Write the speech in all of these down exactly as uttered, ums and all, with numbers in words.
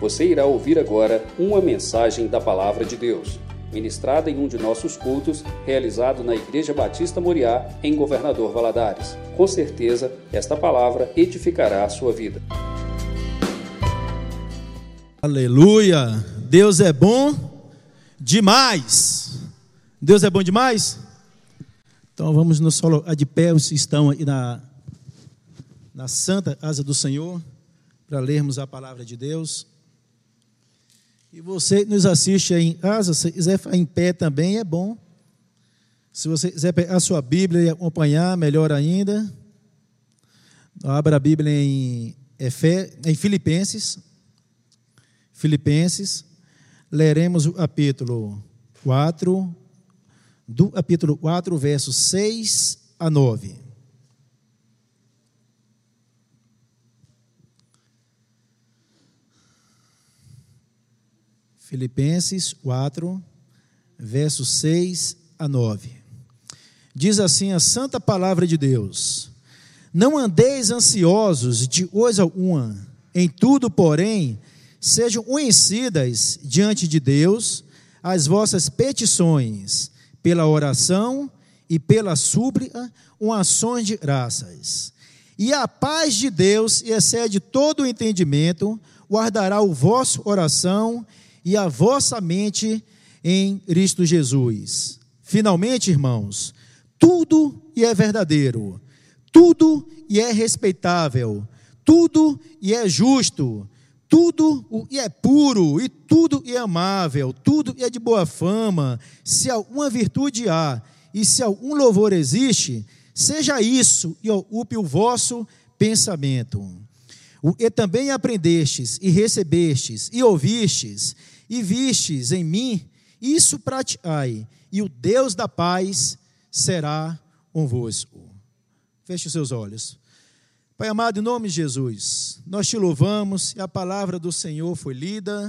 Você irá ouvir agora uma mensagem da Palavra de Deus, ministrada em um de nossos cultos, realizado na Igreja Batista Moriá, em Governador Valadares. Com certeza, esta palavra edificará a sua vida. Aleluia! Deus é bom demais! Deus é bom demais? Então vamos nos colocar de pé, os que estão aí na, na santa asa do Senhor, para lermos a palavra de Deus. E você que nos assiste aí em casa, se quiser ficar em pé também é bom. Se você quiser pegar a sua Bíblia e acompanhar, melhor ainda. Abra a Bíblia em, Efé, em Filipenses. Filipenses. Leremos o capítulo quatro, do capítulo quatro, versos seis a nove. Filipenses quatro, versos seis a nove. Diz assim a santa palavra de Deus: não andeis ansiosos de coisa alguma, em tudo, porém, sejam conhecidas diante de Deus as vossas petições, pela oração e pela súplica, com ações de graças. E a paz de Deus, que excede todo o entendimento, guardará o vosso coração e a vossa mente em Cristo Jesus. Finalmente, irmãos, tudo e é verdadeiro, tudo e é respeitável, tudo e é justo, tudo e é puro, e tudo e é amável, tudo e é de boa fama, se alguma virtude há, e se algum louvor existe, seja isso e ocupe o vosso pensamento. O que também aprendestes, e recebestes, e ouvistes, e vistes em mim, isso praticai, e o Deus da paz será convosco. Feche os seus olhos. Pai amado, em nome de Jesus, nós te louvamos, e a palavra do Senhor foi lida.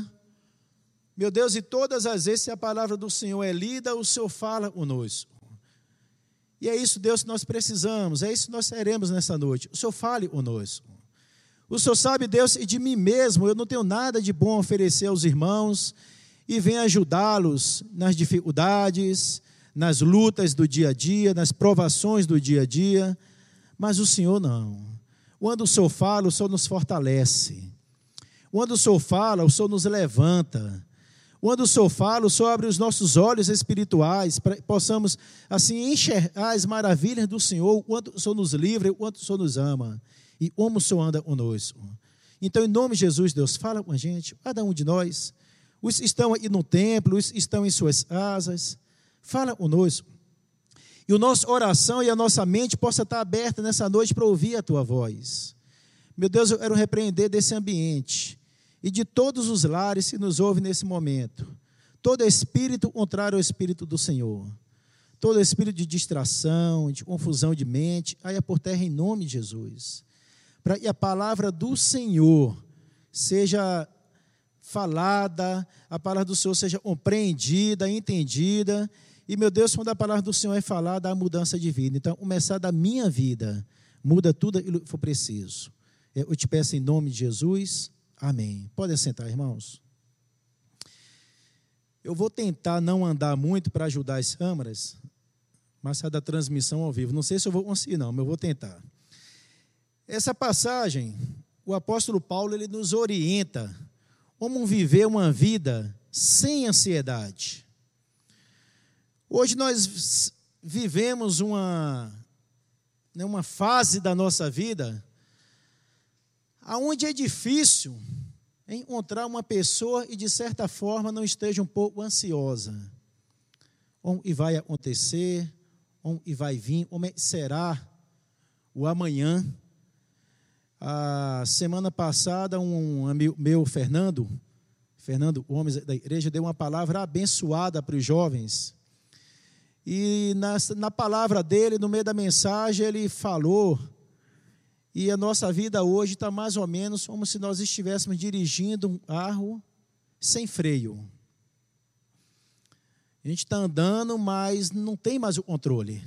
Meu Deus, e todas as vezes que a palavra do Senhor é lida, o Senhor fala conosco. E é isso, Deus, que nós precisamos, é isso que nós seremos nessa noite. O Senhor fale conosco. O Senhor sabe, Deus, e de mim mesmo eu não tenho nada de bom a oferecer aos irmãos, e venho ajudá-los nas dificuldades, nas lutas do dia a dia, nas provações do dia a dia, mas o Senhor não. Quando o Senhor fala, o Senhor nos fortalece. Quando o Senhor fala, o Senhor nos levanta. Quando o Senhor fala, o Senhor abre os nossos olhos espirituais, para que possamos assim enxergar as maravilhas do Senhor, o quanto o Senhor nos livra, o quanto o Senhor nos ama, e como o Senhor anda conosco. Então, em nome de Jesus, Deus, fala com a gente, cada um de nós, os que estão aí no templo, os que estão em suas casas, fala conosco. E a nossa oração e a nossa mente possa estar aberta nessa noite para ouvir a Tua voz. Meu Deus, eu quero repreender desse ambiente e de todos os lares que nos ouvem nesse momento, todo espírito contrário ao Espírito do Senhor, todo espírito de distração, de confusão de mente, caia por terra em nome de Jesus, para que a palavra do Senhor seja falada, a palavra do Senhor seja compreendida, entendida. E, meu Deus, quando a palavra do Senhor é falada, há mudança de vida. Então, começar da minha vida, muda tudo aquilo que for preciso. Eu te peço em nome de Jesus. Amém. Podem sentar, irmãos. Eu vou tentar não andar muito para ajudar as câmeras, mas é da transmissão ao vivo. Não sei se eu vou conseguir, não, mas eu vou tentar. Essa passagem, o apóstolo Paulo, ele nos orienta como viver uma vida sem ansiedade. Hoje nós vivemos uma, uma fase da nossa vida onde é difícil encontrar uma pessoa e, de certa forma, não esteja um pouco ansiosa. Como e vai acontecer, como e vai vir, como será o amanhã. A semana passada, um amigo meu, Fernando, Fernando Gomes, da igreja, deu uma palavra abençoada para os jovens. E na, na palavra dele, no meio da mensagem, ele falou, e a nossa vida hoje está mais ou menos como se nós estivéssemos dirigindo um carro sem freio. A gente está andando, mas não tem mais o controle.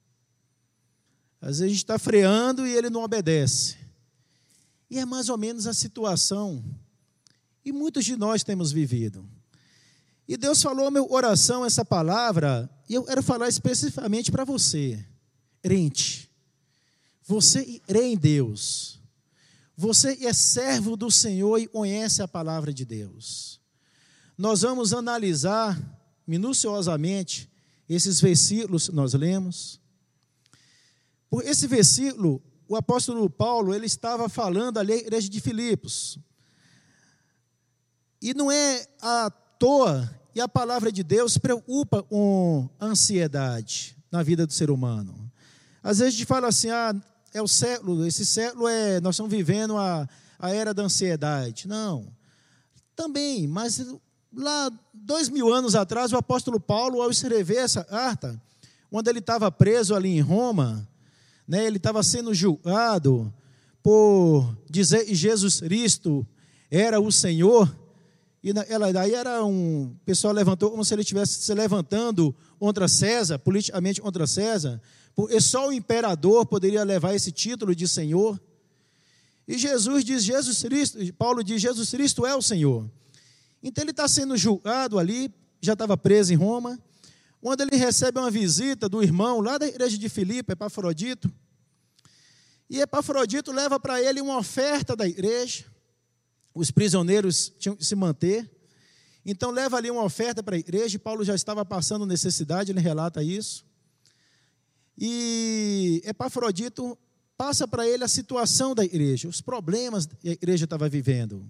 Às vezes a gente está freando e ele não obedece. E é mais ou menos a situação E muitos de nós temos vivido. E Deus falou a meu oração essa palavra, e eu quero falar especificamente para você, crente. Você crê em Deus. Você é servo do Senhor e conhece a palavra de Deus. Nós vamos analisar minuciosamente esses versículos que nós lemos. Por esse versículo, o apóstolo Paulo, ele estava falando ali à igreja de Filipos. E não é à toa, e a palavra de Deus preocupa com a ansiedade na vida do ser humano. Às vezes a gente fala assim, ah, é o século, esse século é, nós estamos vivendo a, a era da ansiedade. Não, também, mas lá, dois mil anos atrás, o apóstolo Paulo, ao escrever essa carta, quando ele estava preso ali em Roma, né, ele estava sendo julgado por dizer que Jesus Cristo era o Senhor, e ela, daí era um, o pessoal levantou como se ele estivesse se levantando contra César, politicamente contra César, porque só o imperador poderia levar esse título de Senhor. E Jesus diz, Jesus Cristo, Paulo diz, Jesus Cristo é o Senhor. Então ele está sendo julgado ali, já estava preso em Roma, quando ele recebe uma visita do irmão lá da igreja de Filipe, Epafrodito, e Epafrodito leva para ele uma oferta da igreja. Os prisioneiros tinham que se manter, então leva ali uma oferta para a igreja, e Paulo já estava passando necessidade, ele relata isso, e Epafrodito passa para ele a situação da igreja, os problemas que a igreja estava vivendo,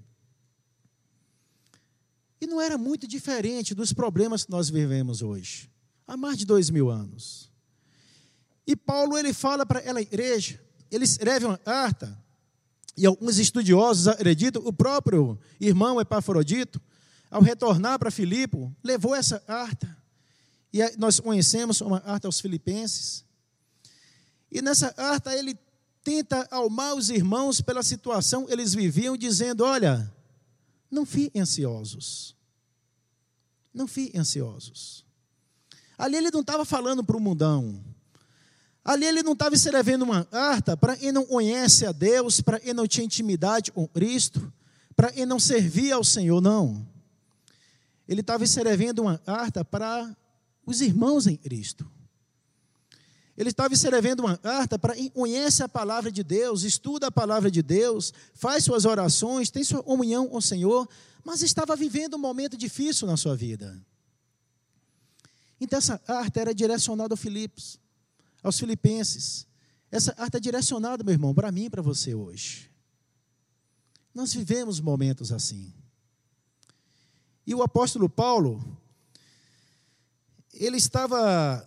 e não era muito diferente dos problemas que nós vivemos hoje, há mais de dois mil anos, e Paulo ele fala para a igreja, ele escreve uma carta, e alguns estudiosos acreditam, o próprio irmão Epafrodito, ao retornar para Filipe, levou essa carta, e nós conhecemos uma carta aos filipenses, e nessa carta ele tenta acalmar os irmãos pela situação que eles viviam, dizendo, olha, não fiquem ansiosos, não fiquem ansiosos. Ali ele não estava falando para o mundão, ali ele não estava escrevendo uma carta para quem não conhece a Deus, para quem não tinha intimidade com Cristo, para quem não servia ao Senhor, não. Ele estava escrevendo uma carta para os irmãos em Cristo. Ele estava escrevendo uma carta para quem conhece a palavra de Deus, estuda a palavra de Deus, faz suas orações, tem sua comunhão com o Senhor, mas estava vivendo um momento difícil na sua vida. Então essa carta era direcionada aos Filipos, aos filipenses. Essa carta é direcionada, meu irmão, para mim e para você hoje. Nós vivemos momentos assim. E o apóstolo Paulo, ele estava,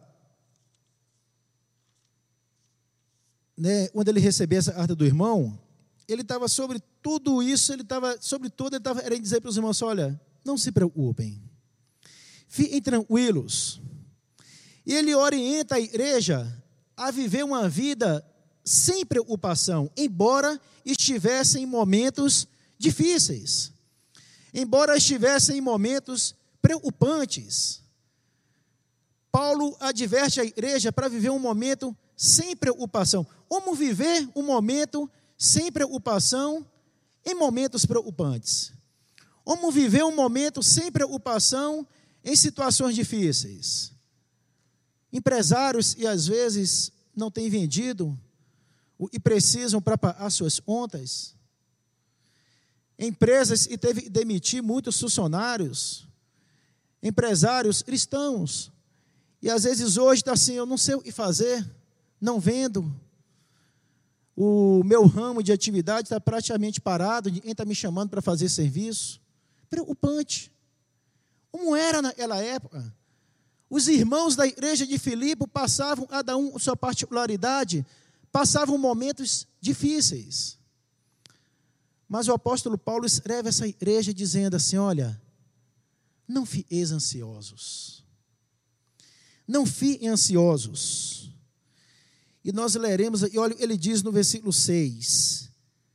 né, quando ele recebeu essa carta do irmão, ele estava sobre tudo isso, ele estava, sobre tudo, ele estava querendo dizer para os irmãos, olha, não se preocupem, fiquem tranquilos. E ele orienta a igreja a viver uma vida sem preocupação, embora estivessem em momentos difíceis, embora estivessem em momentos preocupantes. Paulo adverte a igreja para viver um momento sem preocupação. Como viver um momento sem preocupação em momentos preocupantes? Como viver um momento sem preocupação em situações difíceis? Empresários, e às vezes, não têm vendido e precisam para pagar suas contas. Empresas e teve que demitir muitos funcionários. Empresários cristãos. E às vezes hoje está assim, eu não sei o que fazer, não vendo. O meu ramo de atividade está praticamente parado, ninguém está me chamando para fazer serviço. Preocupante. Como era naquela época? Os irmãos da igreja de Filipe passavam, cada um com sua particularidade, passavam momentos difíceis. Mas o apóstolo Paulo escreve essa igreja dizendo assim, olha, não fiqueis ansiosos. Não fiquem ansiosos. E nós leremos, e olha, ele diz no versículo seis,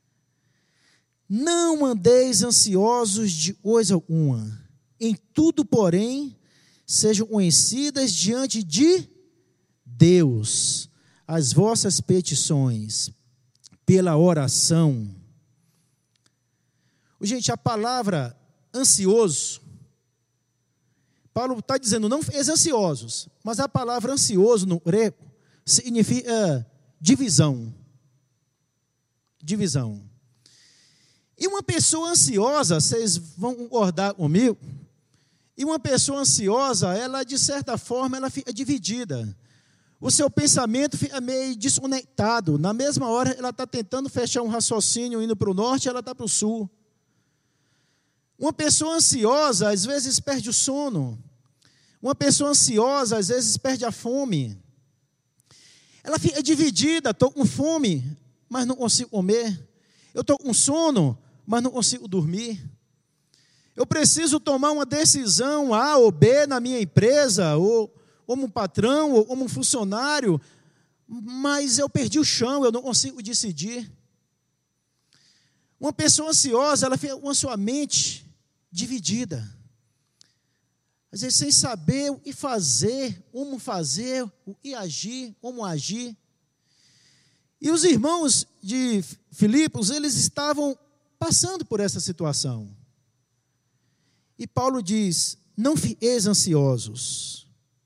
não andeis ansiosos de coisa alguma, em tudo, porém, sejam conhecidas diante de Deus as vossas petições, pela oração. Gente, a palavra ansioso, Paulo está dizendo, não fiqueis ansiosos, mas a palavra ansioso no grego significa divisão. Divisão. E uma pessoa ansiosa, vocês vão concordar comigo, e uma pessoa ansiosa, ela de certa forma, ela fica dividida. O seu pensamento fica meio desconectado. Na mesma hora, ela está tentando fechar um raciocínio indo para o norte, ela está para o sul. Uma pessoa ansiosa, às vezes, perde o sono. Uma pessoa ansiosa, às vezes, perde a fome. Ela fica dividida, estou com fome, mas não consigo comer. Eu estou com sono, mas não consigo dormir. Eu preciso tomar uma decisão A ou B na minha empresa, ou como um patrão, ou como um funcionário, mas eu perdi o chão, eu não consigo decidir. Uma pessoa ansiosa, ela fica com a sua mente dividida. Às vezes sem saber o que fazer, como fazer, o que agir, como agir. E os irmãos de Filipos, eles estavam passando por essa situação. E Paulo diz, não fiqueis ansiosos.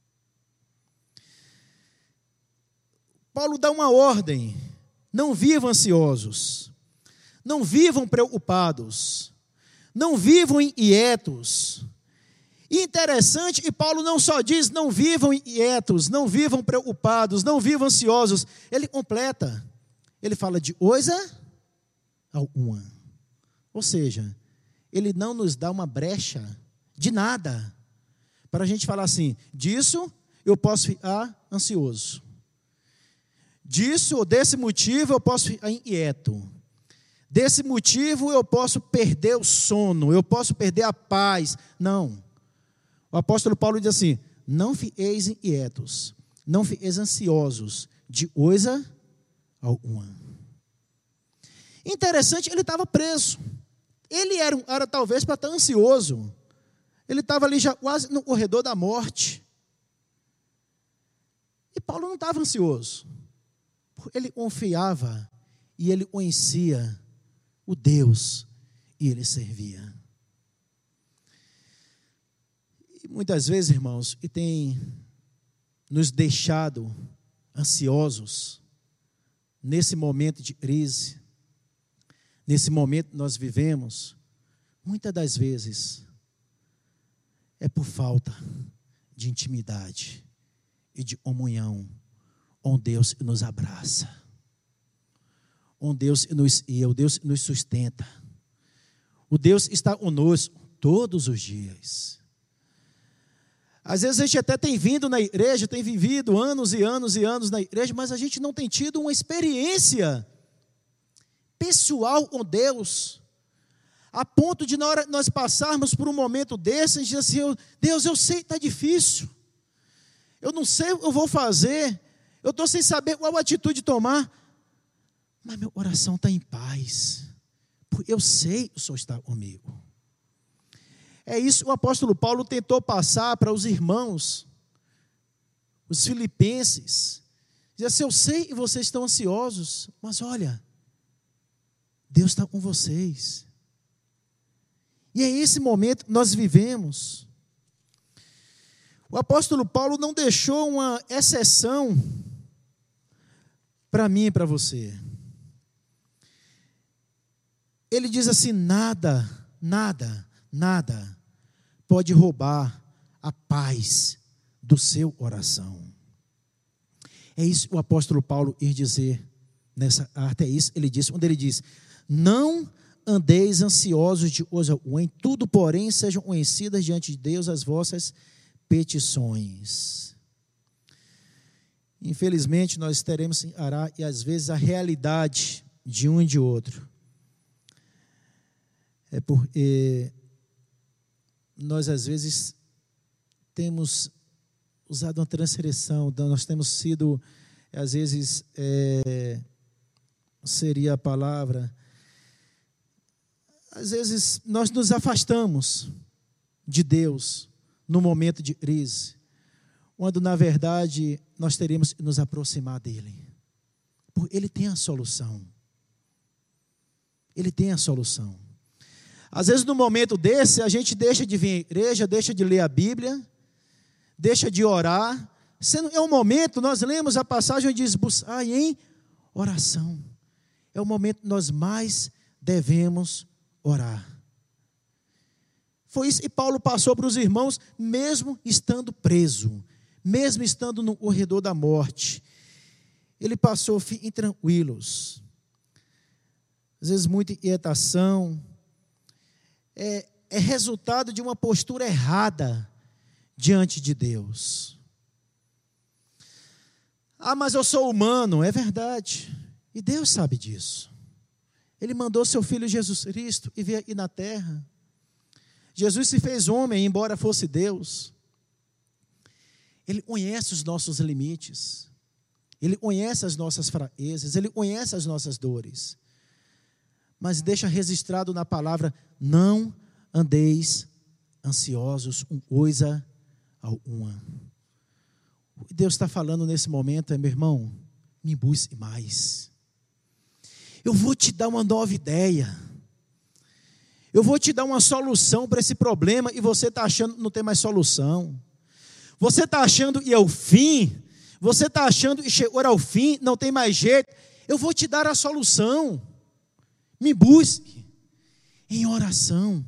Paulo dá uma ordem, não vivam ansiosos, não vivam preocupados, não vivam inquietos. E interessante que Paulo não só diz, não vivam inquietos, não vivam preocupados, não vivam ansiosos, ele completa, ele fala de coisa alguma. Ou seja, ele não nos dá uma brecha de nada, para a gente falar assim, disso eu posso ficar ansioso. Disso ou desse motivo eu posso ficar inquieto. Desse motivo eu posso perder o sono, eu posso perder a paz. Não. O apóstolo Paulo diz assim, não fiqueis inquietos, não fiqueis ansiosos de coisa alguma. Interessante, ele estava preso. Ele era, era talvez para estar ansioso. Ele estava ali já quase no corredor da morte. E Paulo não estava ansioso. Ele confiava e ele conhecia o Deus e ele servia. E muitas vezes, irmãos, e tem nos deixado ansiosos nesse momento de crise, nesse momento que nós vivemos, muitas das vezes é por falta de intimidade e de comunhão onde Deus nos abraça, onde Deus nos guia, o Deus nos sustenta. O Deus está conosco todos os dias. Às vezes a gente até tem vindo na igreja, tem vivido anos e anos e anos na igreja, mas a gente não tem tido uma experiência pessoal com Deus, a ponto de na hora que nós passarmos por um momento desse, a gente diz assim, Deus, eu sei que está difícil, eu não sei o que eu vou fazer, eu estou sem saber qual atitude tomar, mas meu coração está em paz, porque eu sei que o Senhor está comigo. É isso que o apóstolo Paulo tentou passar para os irmãos, os filipenses. Diz assim, eu sei que vocês estão ansiosos, mas olha, Deus está com vocês. E é esse momento que nós vivemos. O apóstolo Paulo não deixou uma exceção para mim e para você. Ele diz assim, nada, nada, nada pode roubar a paz do seu coração. É isso que o apóstolo Paulo ia dizer nessa arte, é isso ele disse, quando ele diz, não andeis ansiosos de coisa alguma, em tudo, porém, sejam conhecidas diante de Deus as vossas petições. Infelizmente, nós teremos que arar, e às vezes a realidade de um e de outro é porque nós às vezes temos usado uma transgressão, nós temos sido, às vezes, é, seria a palavra, às vezes nós nos afastamos de Deus no momento de crise, quando na verdade nós teríamos que nos aproximar dEle, porque Ele tem a solução, Ele tem a solução. Às vezes, no momento desse, a gente deixa de vir à igreja, deixa de ler a Bíblia, deixa de orar. É um momento, nós lemos a passagem onde diz, buscai em oração. É o momento que nós mais devemos orar. Foi isso que Paulo passou para os irmãos, mesmo estando preso, mesmo estando no corredor da morte. Ele passou intranquilos. Às vezes muita inquietação. É, é resultado de uma postura errada diante de Deus. Ah, mas eu sou humano. É verdade. E Deus sabe disso. Ele mandou seu Filho Jesus Cristo e veio aqui na terra. Jesus se fez homem, embora fosse Deus. Ele conhece os nossos limites. Ele conhece as nossas fraquezas. Ele conhece as nossas dores. Mas deixa registrado na palavra, não andeis ansiosos com coisa alguma. O que Deus está falando nesse momento é, meu irmão, me busque mais. Eu vou te dar uma nova ideia. Eu vou te dar uma solução para esse problema e você está achando que não tem mais solução. Você está achando que é o fim. Você está achando que chegou ao fim, não tem mais jeito. Eu vou te dar a solução. Me busque em oração.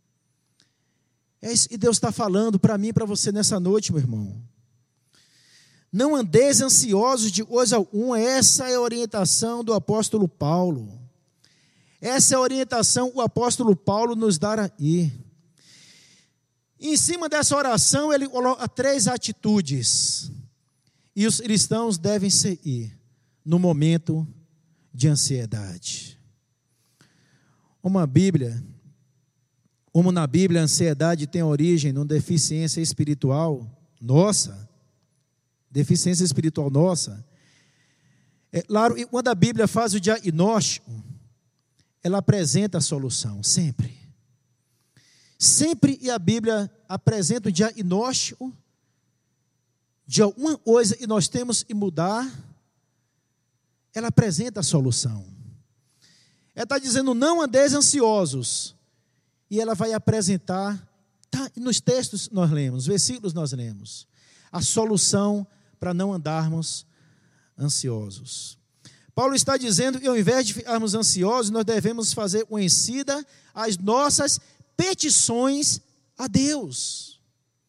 É isso que Deus está falando para mim e para você nessa noite, meu irmão. Não andeis ansiosos de coisa alguma. Essa é a orientação do apóstolo Paulo. Essa é a orientação que o apóstolo Paulo nos dá aí. Em cima dessa oração, ele coloca três atitudes. E os cristãos devem seguir no momento de ansiedade. Uma Bíblia, como na Bíblia a ansiedade tem origem numa deficiência espiritual nossa, deficiência espiritual nossa, é claro, e quando a Bíblia faz o diagnóstico, ela apresenta a solução, sempre. Sempre e a Bíblia apresenta o diagnóstico de alguma coisa que nós temos que mudar, ela apresenta a solução. Ela está dizendo, não andeis ansiosos. E ela vai apresentar, tá, nos textos nós lemos, versículos nós lemos, a solução para não andarmos ansiosos. Paulo está dizendo que ao invés de ficarmos ansiosos, nós devemos fazer conhecida as nossas petições a Deus.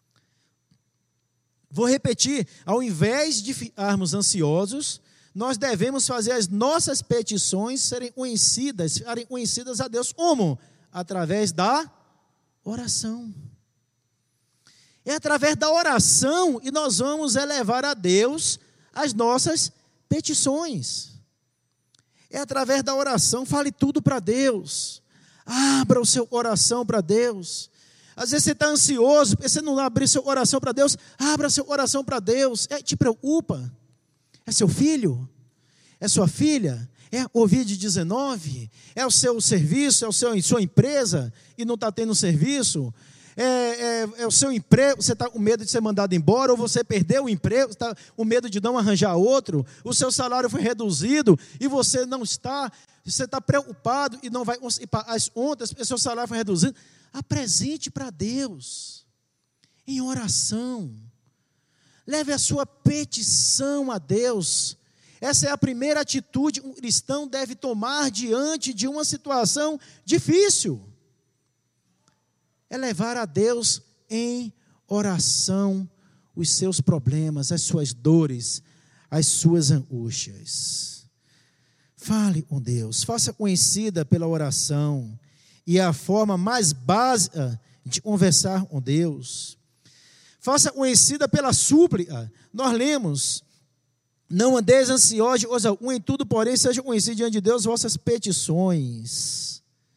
Vou repetir, ao invés de ficarmos ansiosos, nós devemos fazer as nossas petições serem conhecidas, serem conhecidas a Deus. Como? Através da oração. É através da oração que nós vamos elevar a Deus as nossas petições. É através da oração, fale tudo para Deus. Abra o seu coração para Deus. Às vezes você está ansioso, você não abre seu coração para Deus. Abra seu coração para Deus. É, te preocupa? É seu filho? É sua filha? É o covid dezenove? É o seu serviço? É a sua empresa e não está tendo serviço? É, é, é o seu emprego, você está com medo de ser mandado embora, ou você perdeu o emprego, está com medo de não arranjar outro, o seu salário foi reduzido e você não está, você está preocupado e não vai conseguir pagar as contas porque o seu salário foi reduzido. Apresente para Deus em oração. Leve a sua petição a Deus. Essa é a primeira atitude que um cristão deve tomar diante de uma situação difícil. É levar a Deus em oração os seus problemas, as suas dores, as suas angústias. Fale com Deus, faça conhecida pela oração, e é a forma mais básica de conversar com Deus. Faça conhecida pela súplica. Nós lemos, não andeis ansiosos, em tudo, porém, sejam conhecidos diante de Deus vossas petições.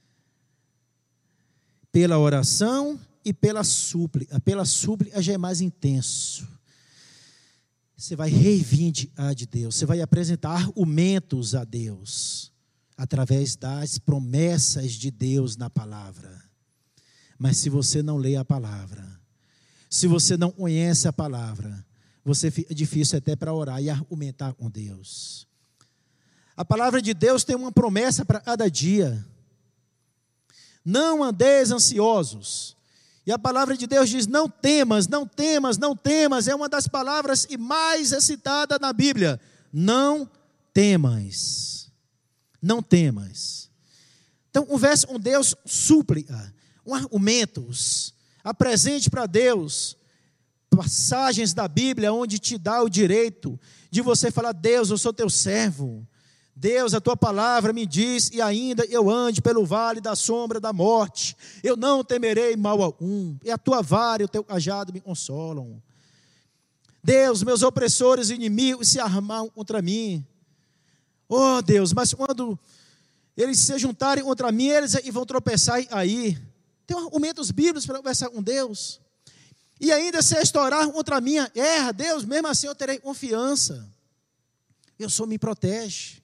Pela oração e pela súplica. Pela súplica já é mais intenso. Você vai reivindicar de Deus. Você vai apresentar argumentos a Deus. Através das promessas de Deus na palavra. Mas se você não lê a palavra, se você não conhece a palavra, você fica difícil até para orar e argumentar com Deus. A palavra de Deus tem uma promessa para cada dia. Não andeis ansiosos. E a palavra de Deus diz, não temas, não temas, não temas. É uma das palavras mais citada na Bíblia. Não temas. Não temas. Então, o verso um Deus súplica, um argumentos, apresente para Deus passagens da Bíblia onde te dá o direito de você falar, Deus, eu sou teu servo. Deus, a tua palavra me diz, e ainda eu ande pelo vale da sombra da morte, eu não temerei mal algum, e a tua vara e o teu cajado me consolam. Deus, meus opressores e inimigos se armaram contra mim. Oh Deus, mas quando eles se juntarem contra mim, eles vão tropeçar aí. Tem argumentos bíblicos para conversar com Deus. E ainda se estourar contra mim, erra, Deus, mesmo assim eu terei confiança. Eu sou, me protege.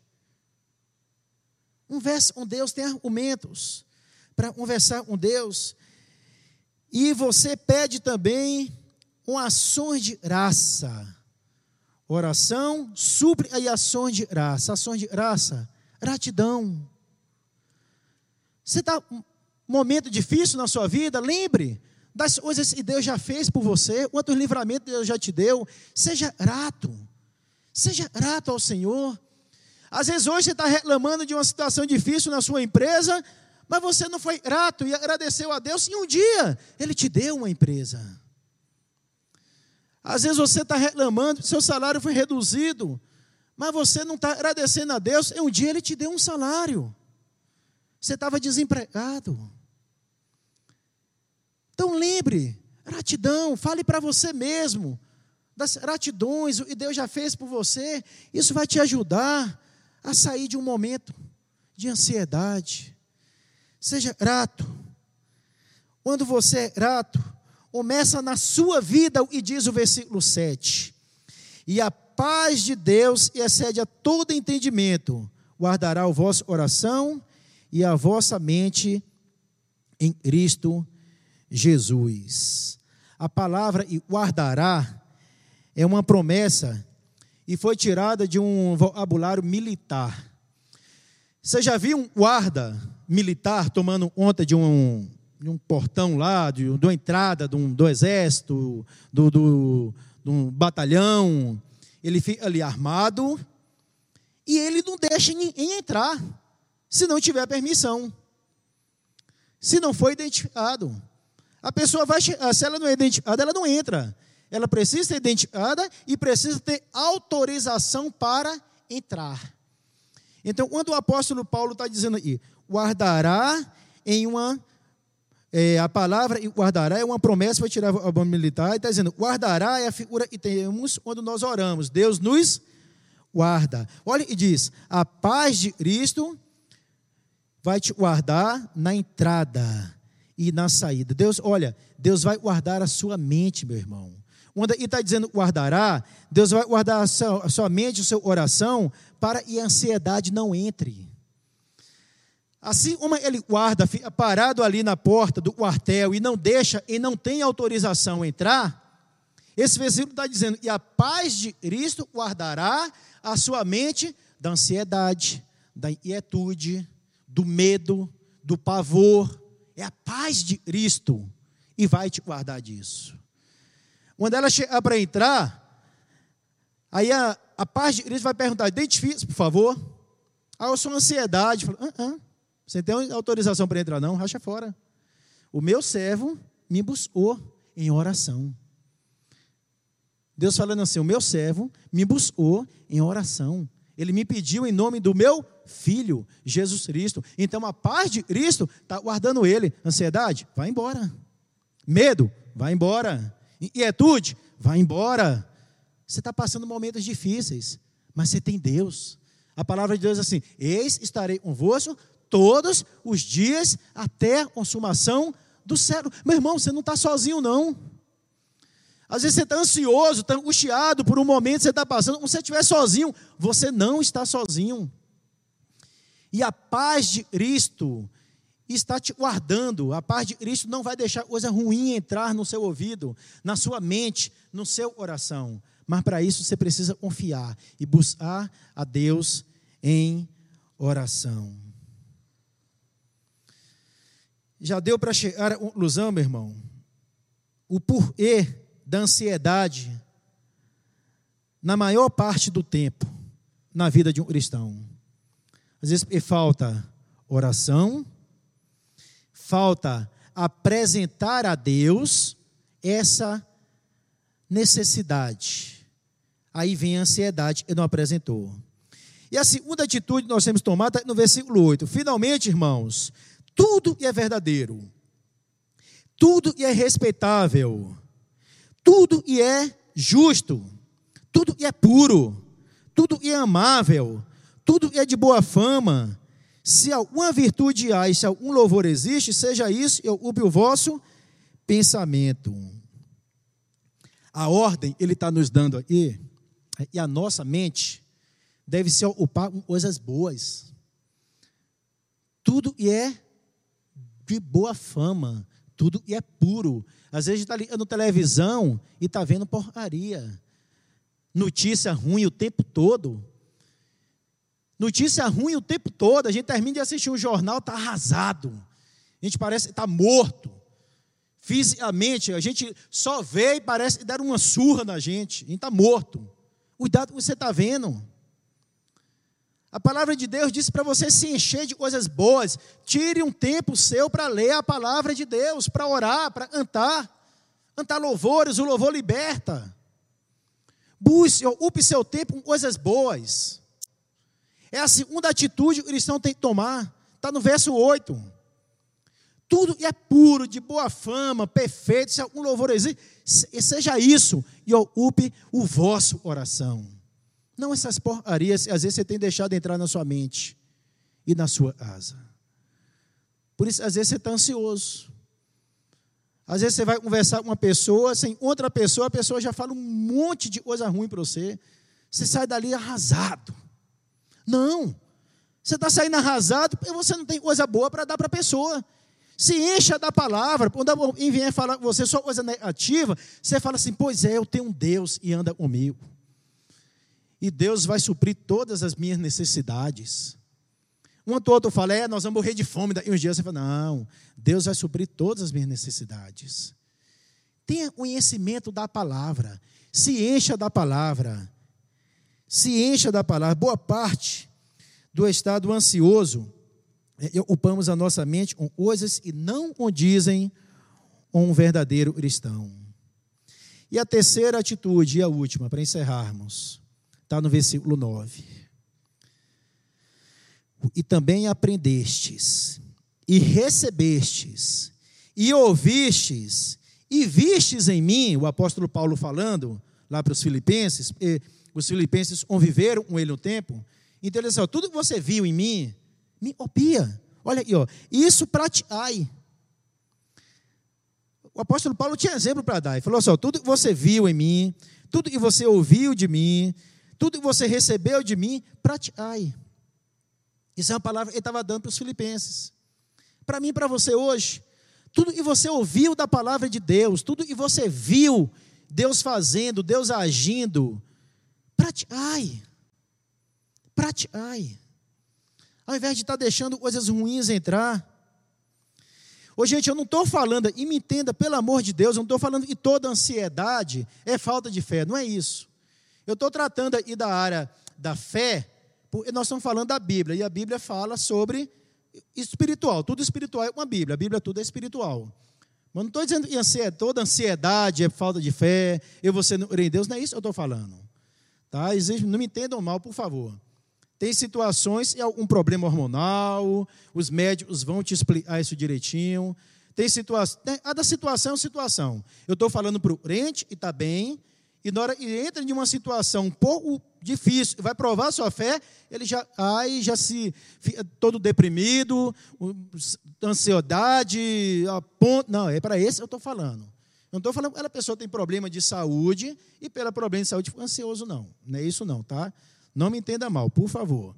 Um verso, um Deus tem argumentos para conversar com Deus. E você pede também com ações de graça. Oração, súplica e ações de graça. Ações de graça, gratidão. Você está um momento difícil na sua vida? Lembre das coisas que Deus já fez por você, quantos livramentos Deus já te deu. Seja grato. Seja grato ao Senhor. Às vezes hoje você está reclamando de uma situação difícil na sua empresa, mas você não foi grato e agradeceu a Deus, e um dia Ele te deu uma empresa. Às vezes você está reclamando, seu salário foi reduzido, mas você não está agradecendo a Deus, e um dia Ele te deu um salário. Você estava desempregado. Então lembre, gratidão, fale para você mesmo, das gratidões, o que Deus já fez por você, isso vai te ajudar a sair de um momento de ansiedade. Seja grato. Quando você é grato, começa na sua vida, e diz o versículo sete, e a paz de Deus, que excede a todo entendimento, guardará o vosso coração e a vossa mente em Cristo Jesus. A palavra e guardará é uma promessa e foi tirada de um vocabulário militar. Você já viu um guarda militar tomando conta de um, de um portão lá, de, de uma entrada do, do exército, do, do, do um batalhão? Ele fica ali armado e ele não deixa ninguém entrar, se não tiver permissão, se não for identificado. A pessoa vai, se ela não é identificada, ela não entra. Ela precisa ser identificada e precisa ter autorização para entrar. Então, quando o apóstolo Paulo está dizendo aqui, guardará em uma, é, a palavra guardará é uma promessa, vai tirar a bomba militar, e está dizendo, guardará é a figura que temos quando nós oramos, Deus nos guarda. Olha e diz, a paz de Cristo vai te guardar na entrada e na saída. Deus, olha, Deus vai guardar a sua mente, meu irmão. Quando ele está dizendo guardará, Deus vai guardar a sua, a sua mente, o seu coração, para que a ansiedade não entre. Assim como ele guarda, fica parado ali na porta do quartel e não deixa, e não tem autorização a entrar, esse versículo está dizendo, e a paz de Cristo guardará a sua mente da ansiedade, da inquietude, do medo, do pavor. É a paz de Cristo e vai te guardar disso. Quando ela chegar para entrar, aí a, a paz de Cristo vai perguntar, identifique-se, por favor. Ah, eu sou ansiedade. Falo, ah, ah, você tem autorização para entrar? Não, racha fora. O meu servo me buscou em oração. Deus falando assim, o meu servo me buscou em oração. Ele me pediu em nome do meu Filho, Jesus Cristo. Então a paz de Cristo está guardando ele. Ansiedade, vai embora. Medo, vai embora. Inquietude, vai embora. Você está passando momentos difíceis, mas você tem Deus. A palavra de Deus é assim, eis estarei convosco todos os dias até a consumação do século. Meu irmão, você não está sozinho não. Às vezes você está ansioso, está angustiado por um momento que você está passando. Se você estiver sozinho, você não está sozinho. E a paz de Cristo está te guardando. A paz de Cristo não vai deixar coisa ruim entrar no seu ouvido, na sua mente, no seu coração. Mas para isso você precisa confiar e buscar a Deus em oração. Já deu para chegar à conclusão, meu irmão? O porquê da ansiedade na maior parte do tempo na vida de um cristão. Às vezes falta oração, falta apresentar a Deus essa necessidade. Aí vem a ansiedade e não apresentou. E a segunda atitude que nós temos que tomar está no versículo oito. Finalmente, irmãos, tudo é verdadeiro, tudo é respeitável, tudo é justo, tudo é puro, tudo é amável, tudo é de boa fama. Se alguma virtude há e se algum louvor existe, seja isso, eu ocupe o vosso pensamento. A ordem ele está nos dando aqui, e a nossa mente deve se ocupar com coisas boas. Tudo é de boa fama, tudo é puro. Às vezes está ligando televisão e está vendo porcaria. Notícia ruim o tempo todo. Notícia ruim o tempo todo. A gente termina de assistir um jornal, está arrasado. A gente parece que está morto. Fisicamente, a gente só vê e parece que deram uma surra na gente. A gente está morto. Cuidado com o que você está vendo. A palavra de Deus diz para você se encher de coisas boas. Tire um tempo seu para ler a palavra de Deus, para orar, para cantar. Cantar louvores, o louvor liberta. Busque, ocupe seu tempo com coisas boas. É a segunda atitude que o cristão tem que tomar. Está no verso oito. Tudo é puro, de boa fama, perfeito. Se algum louvor existe, seja isso. E ocupe o vosso coração. Não essas porcarias, às vezes você tem deixado entrar na sua mente e na sua casa. Por isso, às vezes você está ansioso. Às vezes você vai conversar com uma pessoa, sem outra pessoa, a pessoa já fala um monte de coisa ruim para você. Você sai dali arrasado. Não. Você está saindo arrasado porque você não tem coisa boa para dar para a pessoa. Se encha da palavra. Quando alguém vier falar com você só coisa negativa, você fala assim, pois é, eu tenho um Deus e anda comigo. E Deus vai suprir todas as minhas necessidades. Um ou outro fala, é, nós vamos morrer de fome daqui uns dias. Você fala, não, Deus vai suprir todas as minhas necessidades. Tenha conhecimento da palavra. Se encha da palavra. Se encha da palavra. Boa parte do estado ansioso, ocupamos a nossa mente com coisas que não condizem com um verdadeiro cristão. E a terceira atitude, e a última, para encerrarmos, está no versículo nove. E também aprendestes, e recebestes, e ouvistes, e vistes em mim, o apóstolo Paulo falando lá para os filipenses, os filipenses conviveram com ele um tempo, então ele disse, tudo que você viu em mim, me copia. Olha aqui, ó, isso praticai. O apóstolo Paulo tinha exemplo para dar, ele falou assim, ó, tudo que você viu em mim, tudo que você ouviu de mim, tudo que você recebeu de mim, praticai. Isso é uma palavra que ele estava dando para os filipenses. Para mim e para você hoje, tudo que você ouviu da palavra de Deus, tudo que você viu Deus fazendo, Deus agindo, praticai. Praticai. Ao invés de estar deixando coisas ruins entrar. Ô, gente, eu não estou falando, e me entenda, pelo amor de Deus, eu não estou falando que toda ansiedade é falta de fé, não é isso. Eu estou tratando aí da área da fé, porque nós estamos falando da Bíblia, e a Bíblia fala sobre espiritual, tudo espiritual é uma Bíblia, a Bíblia tudo é espiritual. Mas não estou dizendo que toda ansiedade é falta de fé, eu vou ser em Deus, não é isso que eu estou falando. Tá? Não me entendam mal, por favor. Tem situações, é algum problema hormonal, os médicos vão te explicar isso direitinho. Tem situação, a da situação é situação. Eu estou falando para o crente e está bem, e na hora que entra em uma situação um pouco difícil, vai provar a sua fé, ele já, aí já se fica todo deprimido, ansiedade, a ponto, não, é para esse que eu estou falando. Não estou falando que aquela pessoa tem problema de saúde e pelo problema de saúde fica ansioso, não. Não é isso não, tá? Não me entenda mal, por favor.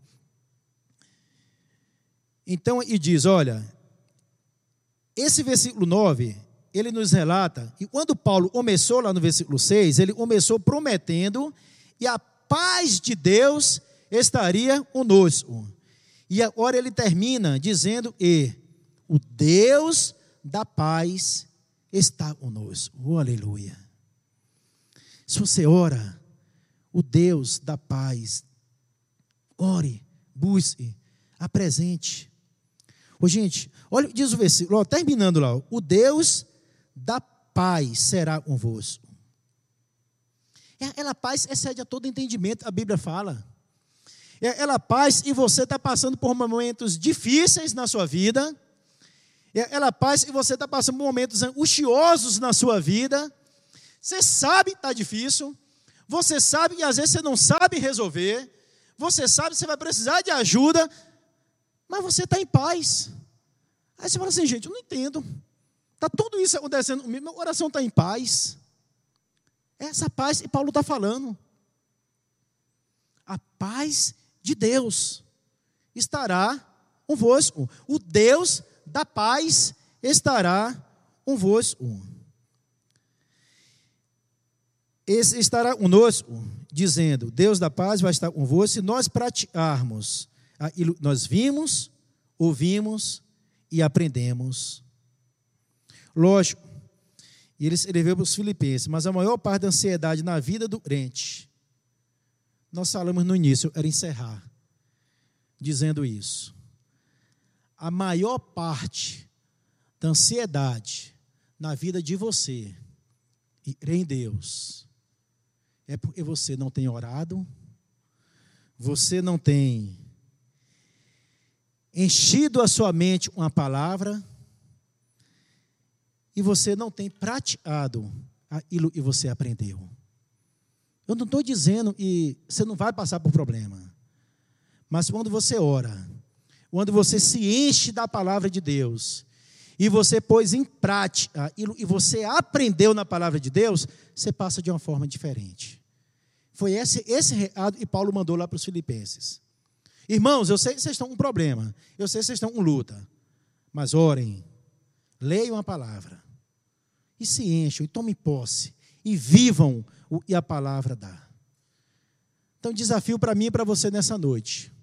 Então, e diz, olha, esse versículo nove, ele nos relata, e quando Paulo começou lá no versículo seis, ele começou prometendo, e a paz de Deus estaria conosco. E agora ele termina dizendo, e o Deus da paz está conosco. Oh, aleluia. Se você ora, o Deus da paz, ore, busque, apresente. Ô, gente, olha, diz o versículo, ó, terminando lá, ó, o Deus da paz será convosco. Ela paz excede a todo entendimento, a Bíblia fala. Ela paz e você está passando por momentos difíceis na sua vida. Ela paz e você está passando por momentos angustiosos na sua vida. Você sabe que está difícil. Você sabe que às vezes você não sabe resolver. Você sabe que você vai precisar de ajuda. Mas você está em paz. Aí você fala assim, gente, eu não entendo. Está tudo isso acontecendo comigo, meu coração está em paz. Essa paz que Paulo está falando. A paz de Deus estará convosco. O Deus da paz estará convosco. Esse estará conosco, dizendo, Deus da paz vai estar convosco se nós praticarmos aquilo que nós vimos, ouvimos e aprendemos. Lógico, e ele escreveu para os filipenses, mas a maior parte da ansiedade na vida do crente, nós falamos no início, eu quero encerrar, dizendo isso. A maior parte da ansiedade na vida de você, e em Deus, é porque você não tem orado, você não tem enchido a sua mente com a palavra, e você não tem praticado aquilo que você aprendeu. Eu não estou dizendo que você não vai passar por problema, mas quando você ora, quando você se enche da palavra de Deus, e você pôs em prática aquilo que você aprendeu na palavra de Deus, você passa de uma forma diferente. Foi esse, esse recado que Paulo mandou lá para os filipenses. Irmãos, eu sei que vocês estão com problema, eu sei que vocês estão com luta, mas orem, leiam a palavra, e se encham, e tomem posse, e vivam o que a palavra dá. Então, desafio para mim e para você nessa noite,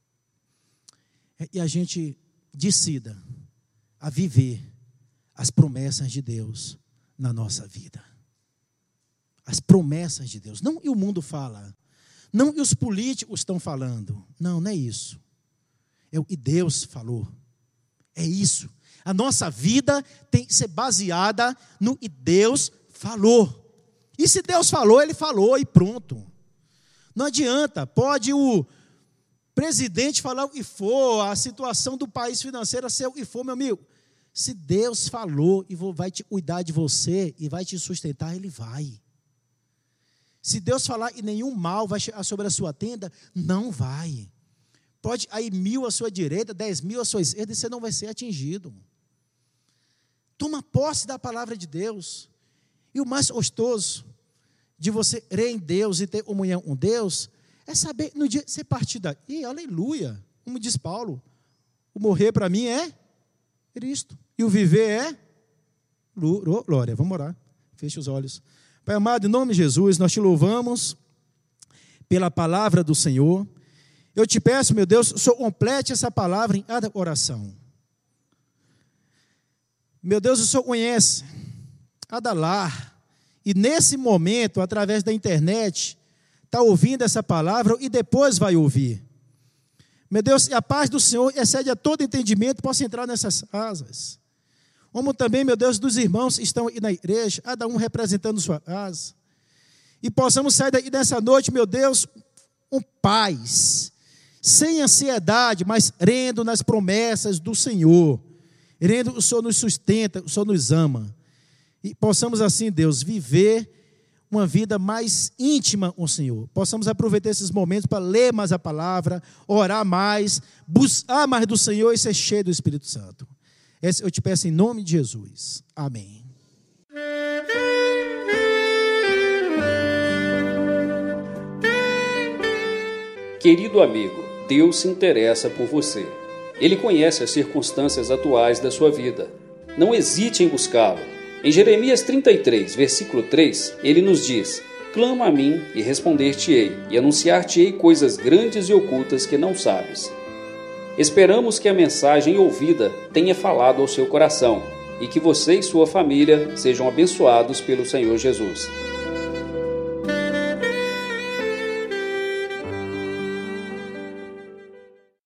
é que a gente decida a viver as promessas de Deus na nossa vida. As promessas de Deus, não que o mundo fala, não que os políticos estão falando, não, não é isso. É o que Deus falou, é isso. A nossa vida tem que ser baseada no que Deus falou. E se Deus falou, Ele falou e pronto. Não adianta, pode o presidente falar o que for, a situação do país financeira ser o que for, meu amigo. Se Deus falou e vai te cuidar de você e vai te sustentar, Ele vai. Se Deus falar e nenhum mal vai chegar sobre a sua tenda, não vai. Pode aí mil à sua direita, dez mil à sua esquerda, e você não vai ser atingido. Toma posse da palavra de Deus. E o mais gostoso de você crer em Deus e ter comunhão com Deus, é saber, no dia que você partir daqui, aleluia, como diz Paulo, o morrer para mim é Cristo, e o viver é glória. Vamos orar, feche os olhos. Pai amado, em nome de Jesus, nós te louvamos pela palavra do Senhor. Eu te peço, meu Deus, só complete essa palavra em cada oração. Meu Deus, o Senhor conhece cada lar, e nesse momento, através da internet, está ouvindo essa palavra e depois vai ouvir. Meu Deus, e a paz do Senhor excede a todo entendimento, possa entrar nessas casas. Como também, meu Deus, dos irmãos que estão aqui na igreja, cada um representando sua casa. E possamos sair daqui nessa noite, meu Deus, com paz, sem ansiedade, mas crendo nas promessas do Senhor. Crendo que o Senhor nos sustenta, o Senhor nos ama. E possamos assim, Deus, viver uma vida mais íntima com o Senhor. Possamos aproveitar esses momentos para ler mais a palavra, orar mais, buscar mais do Senhor e ser cheio do Espírito Santo. Esse eu te peço em nome de Jesus. Amém. Querido amigo, Deus se interessa por você. Ele conhece as circunstâncias atuais da sua vida. Não hesite em buscá-lo. Em Jeremias trinta e três, versículo três, ele nos diz: clama a mim e responder-te-ei, e anunciar-te-ei coisas grandes e ocultas que não sabes. Esperamos que a mensagem ouvida tenha falado ao seu coração e que você e sua família sejam abençoados pelo Senhor Jesus.